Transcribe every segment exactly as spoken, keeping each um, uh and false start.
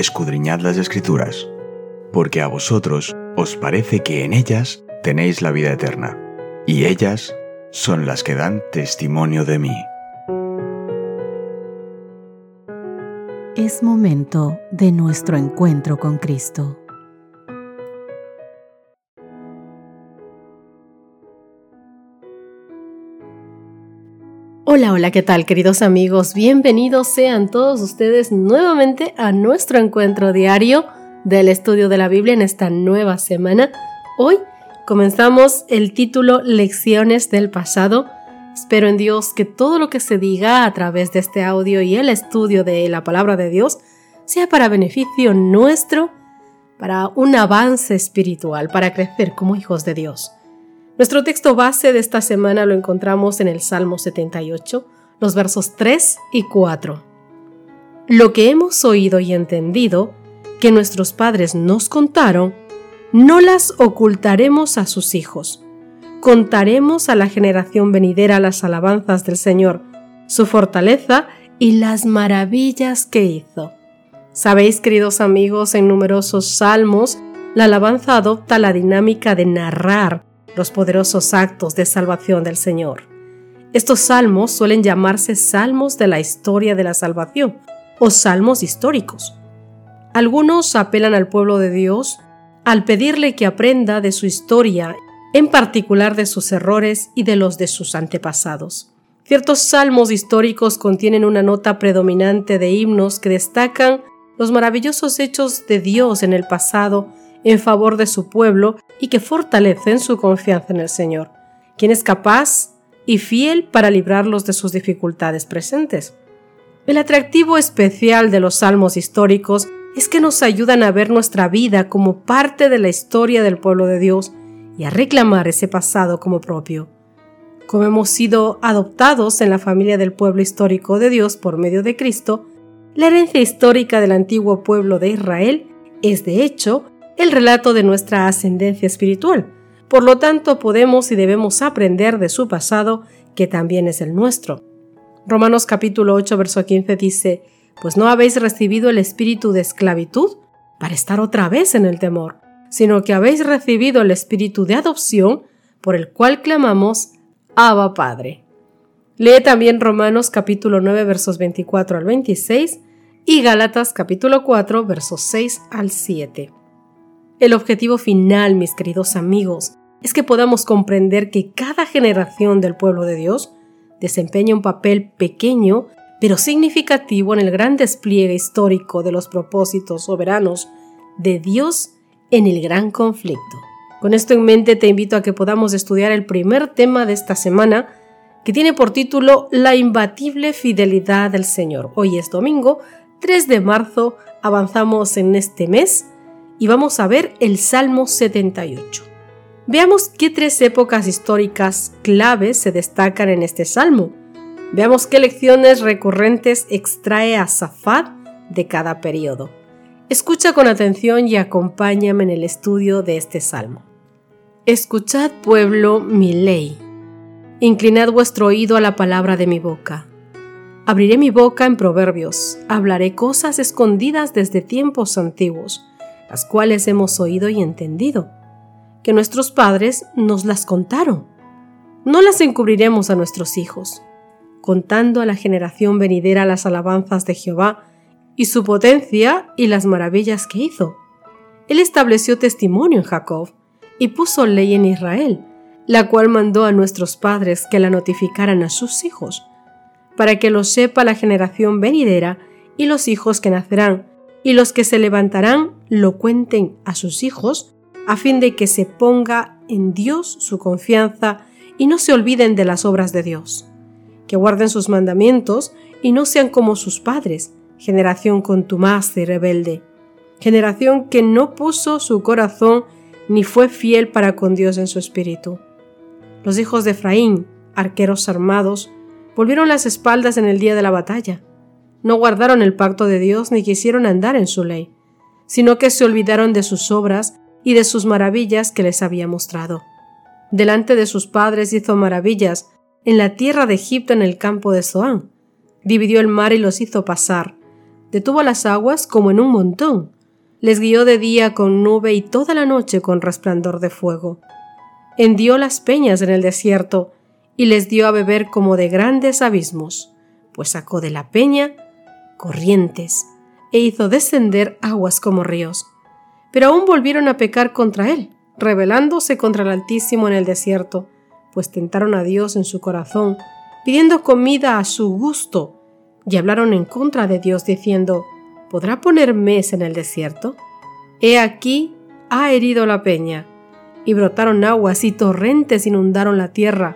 escudriñad las Escrituras, porque a vosotros os parece que en ellas tenéis la vida eterna, y ellas son las que dan testimonio de mí. Es momento de nuestro encuentro con Cristo. Hola, hola, ¿qué tal, queridos amigos? Bienvenidos sean todos ustedes nuevamente a nuestro encuentro diario del estudio de la Biblia en esta nueva semana. Hoy comenzamos el título Lecciones del pasado. Espero en Dios que todo lo que se diga a través de este audio y el estudio de la palabra de Dios sea para beneficio nuestro, para un avance espiritual, para crecer como hijos de Dios. Nuestro texto base de esta semana lo encontramos en el Salmo setenta y ocho, los versos tres y cuatro. Lo que hemos oído y entendido, que nuestros padres nos contaron, no las ocultaremos a sus hijos. Contaremos a la generación venidera las alabanzas del Señor, su fortaleza y las maravillas que hizo. Sabéis, queridos amigos, en numerosos salmos, la alabanza adopta la dinámica de narrar los poderosos actos de salvación del Señor. Estos salmos suelen llamarse salmos de la historia de la salvación o salmos históricos. Algunos apelan al pueblo de Dios al pedirle que aprenda de su historia, en particular de sus errores y de los de sus antepasados. Ciertos salmos históricos contienen una nota predominante de himnos que destacan los maravillosos hechos de Dios en el pasado en favor de su pueblo y que fortalecen su confianza en el Señor, quien es capaz y fiel para librarlos de sus dificultades presentes. El atractivo especial de los salmos históricos es que nos ayudan a ver nuestra vida como parte de la historia del pueblo de Dios y a reclamar ese pasado como propio. Como hemos sido adoptados en la familia del pueblo histórico de Dios por medio de Cristo, la herencia histórica del antiguo pueblo de Israel es, de hecho, el relato de nuestra ascendencia espiritual. Por lo tanto, podemos y debemos aprender de su pasado, que también es el nuestro. Romanos capítulo ocho, verso quince dice: «Pues no habéis recibido el espíritu de esclavitud para estar otra vez en el temor, sino que habéis recibido el espíritu de adopción, por el cual clamamos, Abba, Padre». Lee también Romanos capítulo nueve, versos veinticuatro al veintiséis y Gálatas capítulo cuatro, versos seis al siete. El objetivo final, mis queridos amigos, es que podamos comprender que cada generación del pueblo de Dios desempeña un papel pequeño pero significativo en el gran despliegue histórico de los propósitos soberanos de Dios en el gran conflicto. Con esto en mente te invito a que podamos estudiar el primer tema de esta semana, que tiene por título La imbatible fidelidad del Señor. Hoy es domingo, tres de marzo, avanzamos en este mes y vamos a ver el Salmo setenta y ocho. Veamos qué tres épocas históricas claves se destacan en este salmo. Veamos qué lecciones recurrentes extrae Asafat de cada periodo. Escucha con atención y acompáñame en el estudio de este salmo. Escuchad, pueblo, mi ley. Inclinad vuestro oído a la palabra de mi boca. Abriré mi boca en proverbios, hablaré cosas escondidas desde tiempos antiguos, las cuales hemos oído y entendido, que nuestros padres nos las contaron. No las encubriremos a nuestros hijos, contando a la generación venidera las alabanzas de Jehová y su potencia y las maravillas que hizo. Él estableció testimonio en Jacob y puso ley en Israel, la cual mandó a nuestros padres que la notificaran a sus hijos, para que lo sepa la generación venidera y los hijos que nacerán, y los que se levantarán lo cuenten a sus hijos, a fin de que se ponga en Dios su confianza y no se olviden de las obras de Dios, que guarden sus mandamientos y no sean como sus padres, generación contumaz y rebelde, generación que no puso su corazón ni fue fiel para con Dios en su espíritu. Los hijos de Efraín, arqueros armados, volvieron las espaldas en el día de la batalla. No guardaron el pacto de Dios ni quisieron andar en su ley, sino que se olvidaron de sus obras y de sus maravillas que les había mostrado. Delante de sus padres hizo maravillas en la tierra de Egipto, en el campo de Zoán. Dividió el mar y los hizo pasar. detuvo las aguas como en un montón. Les guió de día con nube y toda la noche con resplandor de fuego. Hendió las peñas en el desierto y les dio a beber como de grandes abismos, pues sacó de la peña corrientes e hizo descender aguas como ríos. Pero aún volvieron a pecar contra él, rebelándose contra el Altísimo en el desierto, pues tentaron a Dios en su corazón, pidiendo comida a su gusto, y hablaron en contra de Dios diciendo: ¿podrá poner mies en el desierto? He aquí, ha herido la peña, y brotaron aguas y torrentes inundaron la tierra.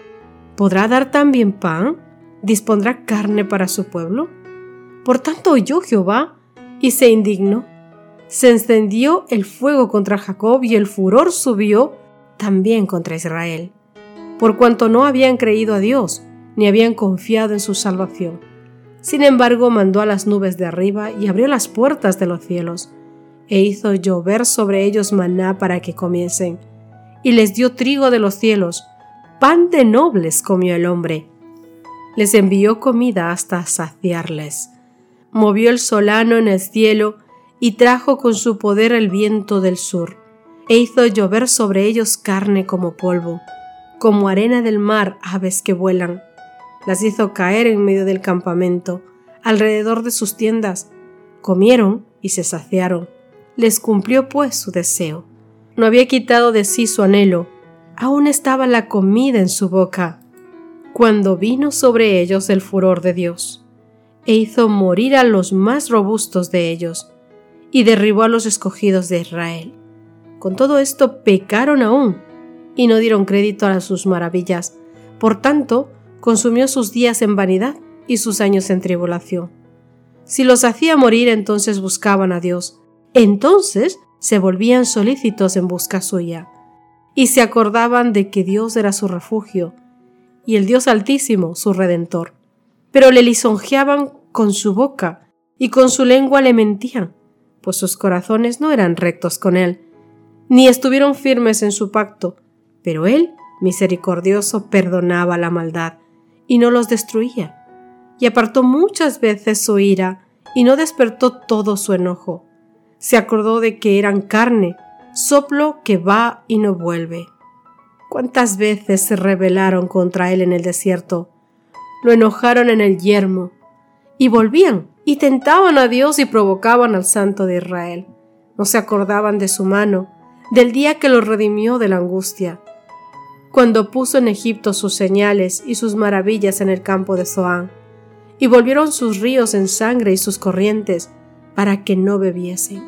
¿Podrá dar también pan? ¿Dispondrá carne para su pueblo? Por tanto oyó Jehová y se indignó. Se encendió el fuego contra Jacob y el furor subió también contra Israel, por cuanto no habían creído a Dios, ni habían confiado en su salvación. Sin embargo, mandó a las nubes de arriba y abrió las puertas de los cielos, e hizo llover sobre ellos maná para que comiesen, y les dio trigo de los cielos, pan de nobles comió el hombre. Les envió comida hasta saciarles. Movió el solano en el cielo y trajo con su poder el viento del sur, e hizo llover sobre ellos carne como polvo, como arena del mar aves que vuelan. Las hizo caer en medio del campamento, alrededor de sus tiendas. Comieron y se saciaron. Les cumplió pues su deseo. No había quitado de sí su anhelo, aún estaba la comida en su boca, cuando vino sobre ellos el furor de Dios, e hizo morir a los más robustos de ellos, y derribó a los escogidos de Israel. Con todo esto pecaron aún, y no dieron crédito a sus maravillas. Por tanto, consumió sus días en vanidad y sus años en tribulación. Si los hacía morir, entonces buscaban a Dios. Entonces se volvían solícitos en busca suya, y se acordaban de que Dios era su refugio, y el Dios Altísimo su Redentor. Pero le lisonjeaban con su boca, y con su lengua le mentían, pues sus corazones no eran rectos con él, ni estuvieron firmes en su pacto. Pero él, misericordioso, perdonaba la maldad, y no los destruía, y apartó muchas veces su ira, y no despertó todo su enojo. Se acordó de que eran carne, soplo que va y no vuelve. ¿Cuántas veces se rebelaron contra él en el desierto? Lo enojaron en el yermo, y volvían, y tentaban a Dios y provocaban al Santo de Israel. No se acordaban de su mano, del día que los redimió de la angustia, cuando puso en Egipto sus señales y sus maravillas en el campo de Zoán, y volvieron sus ríos en sangre y sus corrientes, para que no bebiesen.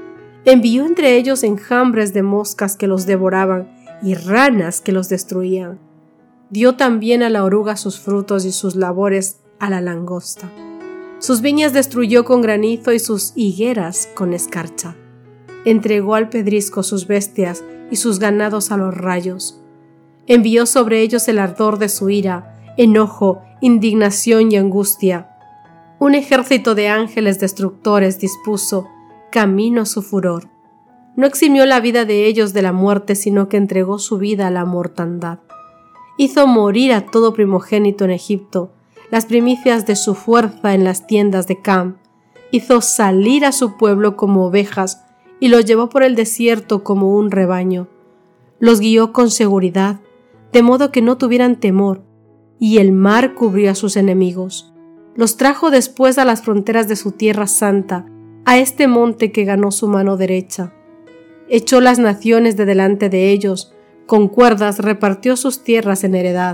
Envió entre ellos enjambres de moscas que los devoraban y ranas que los destruían. Dio también a la oruga sus frutos y sus labores a la langosta. Sus viñas destruyó con granizo y sus higueras con escarcha. Entregó al pedrisco sus bestias y sus ganados a los rayos. Envió sobre ellos el ardor de su ira, enojo, indignación y angustia. Un ejército de ángeles destructores dispuso camino a su furor. No eximió la vida de ellos de la muerte, sino que entregó su vida a la mortandad. Hizo morir a todo primogénito en Egipto, las primicias de su fuerza en las tiendas de Cam. Hizo salir a su pueblo como ovejas y los llevó por el desierto como un rebaño. Los guió con seguridad, de modo que no tuvieran temor, y el mar cubrió a sus enemigos. Los trajo después a las fronteras de su tierra santa, a este monte que ganó su mano derecha. Echó las naciones de delante de ellos, con cuerdas repartió sus tierras en heredad,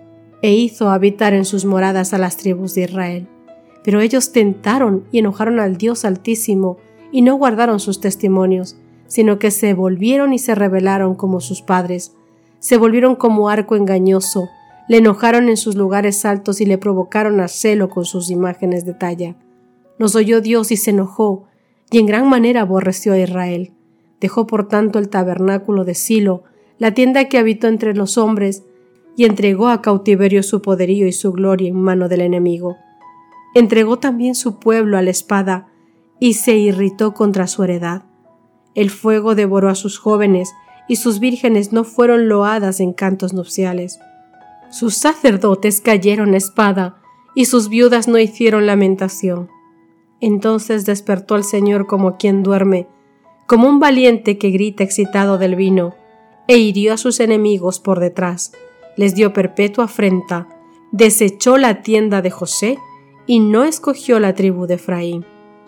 e hizo habitar en sus moradas a las tribus de Israel. Pero ellos tentaron y enojaron al Dios Altísimo, y no guardaron sus testimonios, sino que se volvieron y se rebelaron como sus padres. Se volvieron como arco engañoso, le enojaron en sus lugares altos y le provocaron a celo con sus imágenes de talla. Los oyó Dios y se enojó, y en gran manera aborreció a Israel. Dejó por tanto el tabernáculo de Silo, la tienda que habitó entre los hombres, y entregó a cautiverio su poderío y su gloria en mano del enemigo. Entregó también su pueblo a la espada, y se irritó contra su heredad. El fuego devoró a sus jóvenes, y sus vírgenes no fueron loadas en cantos nupciales. Sus sacerdotes cayeron a espada, y sus viudas no hicieron lamentación. Entonces despertó el Señor como quien duerme, como un valiente que grita excitado del vino, e hirió a sus enemigos por detrás, les dio perpetua afrenta, desechó la tienda de José y no escogió la tribu de Efraín,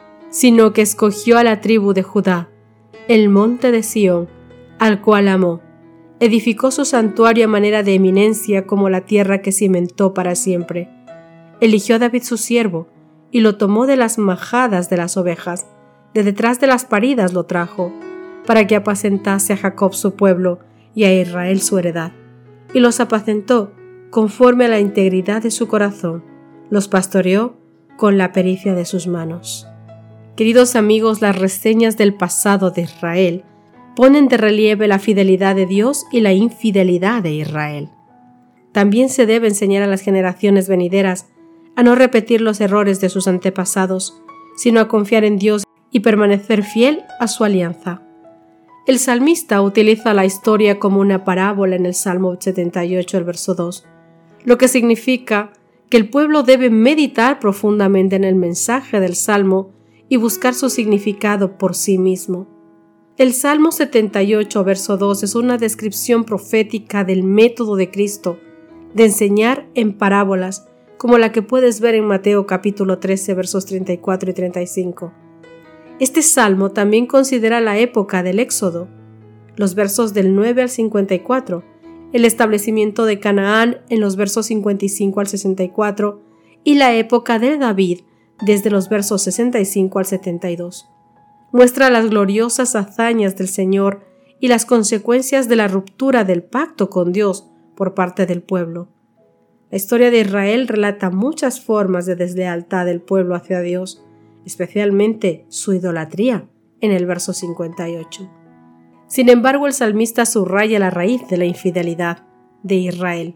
sino que escogió a la tribu de Judá, el monte de Sión, al cual amó. Edificó su santuario a manera de eminencia como la tierra que cimentó para siempre. Eligió a David su siervo y lo tomó de las majadas de las ovejas, de detrás de las paridas lo trajo, para que apacentase a Jacob su pueblo y a Israel su heredad. Y los apacentó conforme a la integridad de su corazón, los pastoreó con la pericia de sus manos. Queridos amigos, las reseñas del pasado de Israel ponen de relieve la fidelidad de Dios y la infidelidad de Israel. También se debe enseñar a las generaciones venideras a no repetir los errores de sus antepasados, sino a confiar en Dios y permanecer fiel a su alianza. El salmista utiliza la historia como una parábola en el Salmo setenta y ocho, el verso dos, lo que significa que el pueblo debe meditar profundamente en el mensaje del Salmo y buscar su significado por sí mismo. El Salmo setenta y ocho, verso dos, es una descripción profética del método de Cristo de enseñar en parábolas, como la que puedes ver en Mateo capítulo trece, versos treinta y cuatro y treinta y cinco. Este salmo también considera la época del Éxodo, los versos del nueve al cincuenta y cuatro, el establecimiento de Canaán en los versos cincuenta y cinco al sesenta y cuatro y la época de David desde los versos sesenta y cinco al setenta y dos. Muestra las gloriosas hazañas del Señor y las consecuencias de la ruptura del pacto con Dios por parte del pueblo. La historia de Israel relata muchas formas de deslealtad del pueblo hacia Dios, especialmente su idolatría, en el verso cincuenta y ocho. Sin embargo, el salmista subraya la raíz de la infidelidad de Israel.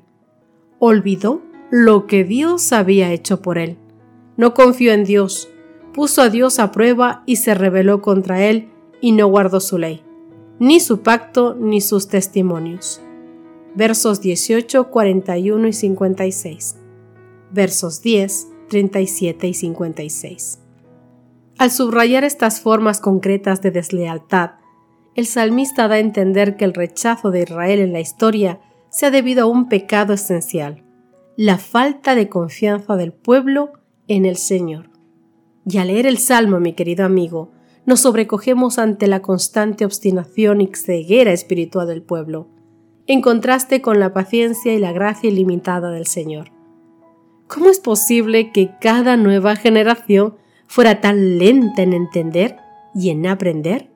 Olvidó lo que Dios había hecho por él. No confió en Dios, puso a Dios a prueba y se rebeló contra él y no guardó su ley, ni su pacto ni sus testimonios. Versos dieciocho, cuarenta y uno y cincuenta y seis. Versos diez, treinta y siete y cincuenta y seis. Al subrayar estas formas concretas de deslealtad, el salmista da a entender que el rechazo de Israel en la historia se ha debido a un pecado esencial, la falta de confianza del pueblo en el Señor. Y al leer el Salmo, mi querido amigo, nos sobrecogemos ante la constante obstinación y ceguera espiritual del pueblo, en contraste con la paciencia y la gracia ilimitada del Señor. ¿Cómo es posible que cada nueva generación fuera tan lenta en entender y en aprender?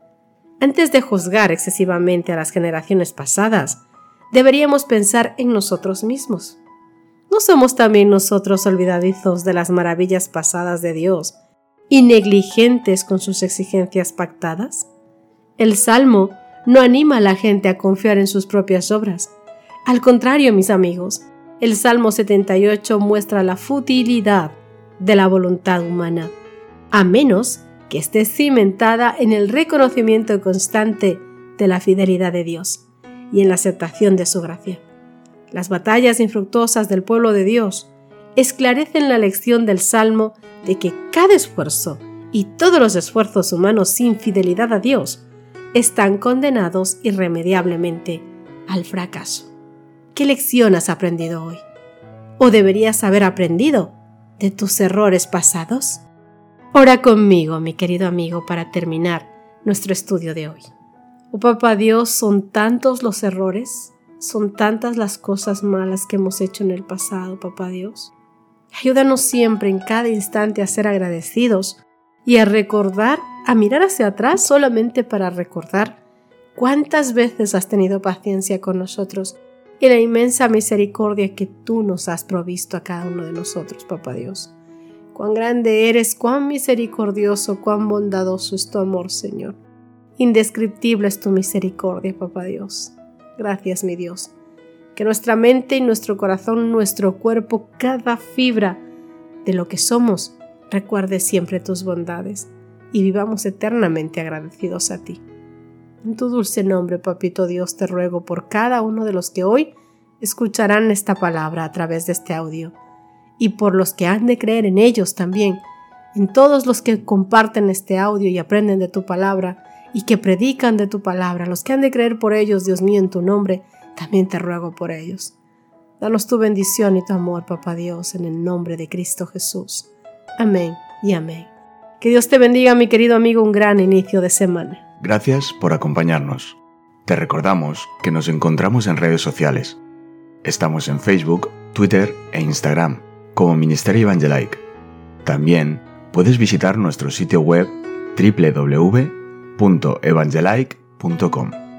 Antes de juzgar excesivamente a las generaciones pasadas, deberíamos pensar en nosotros mismos. ¿No somos también nosotros olvidadizos de las maravillas pasadas de Dios y negligentes con sus exigencias pactadas? El Salmo no anima a la gente a confiar en sus propias obras. Al contrario, mis amigos, el Salmo setenta y ocho muestra la futilidad de la voluntad humana, a menos que esté cimentada en el reconocimiento constante de la fidelidad de Dios y en la aceptación de su gracia. Las batallas infructuosas del pueblo de Dios esclarecen la lección del Salmo de que cada esfuerzo y todos los esfuerzos humanos sin fidelidad a Dios están condenados irremediablemente al fracaso. ¿Qué lección has aprendido hoy? ¿O deberías haber aprendido de tus errores pasados? Ora conmigo, mi querido amigo, para terminar nuestro estudio de hoy. Oh Papá Dios, son tantos los errores, son tantas las cosas malas que hemos hecho en el pasado, Papá Dios. Ayúdanos siempre, en cada instante, a ser agradecidos y a recordar, a mirar hacia atrás solamente para recordar cuántas veces has tenido paciencia con nosotros y la inmensa misericordia que tú nos has provisto a cada uno de nosotros, Papá Dios. Cuán grande eres, cuán misericordioso, cuán bondadoso es tu amor, Señor. Indescriptible es tu misericordia, Papá Dios. Gracias, mi Dios. Que nuestra mente y nuestro corazón, nuestro cuerpo, cada fibra de lo que somos, recuerde siempre tus bondades y vivamos eternamente agradecidos a ti. En tu dulce nombre, Papito Dios, te ruego por cada uno de los que hoy escucharán esta palabra a través de este audio y por los que han de creer en ellos también, en todos los que comparten este audio y aprenden de tu palabra y que predican de tu palabra, los que han de creer por ellos, Dios mío, en tu nombre, también te ruego por ellos. Danos tu bendición y tu amor, Papá Dios, en el nombre de Cristo Jesús. Amén y amén. Que Dios te bendiga, mi querido amigo, un gran inicio de semana. Gracias por acompañarnos. Te recordamos que nos encontramos en redes sociales. Estamos en Facebook, Twitter e Instagram como Ministerio Evangelike. También puedes visitar nuestro sitio web doble u doble u doble u punto evangelike punto com.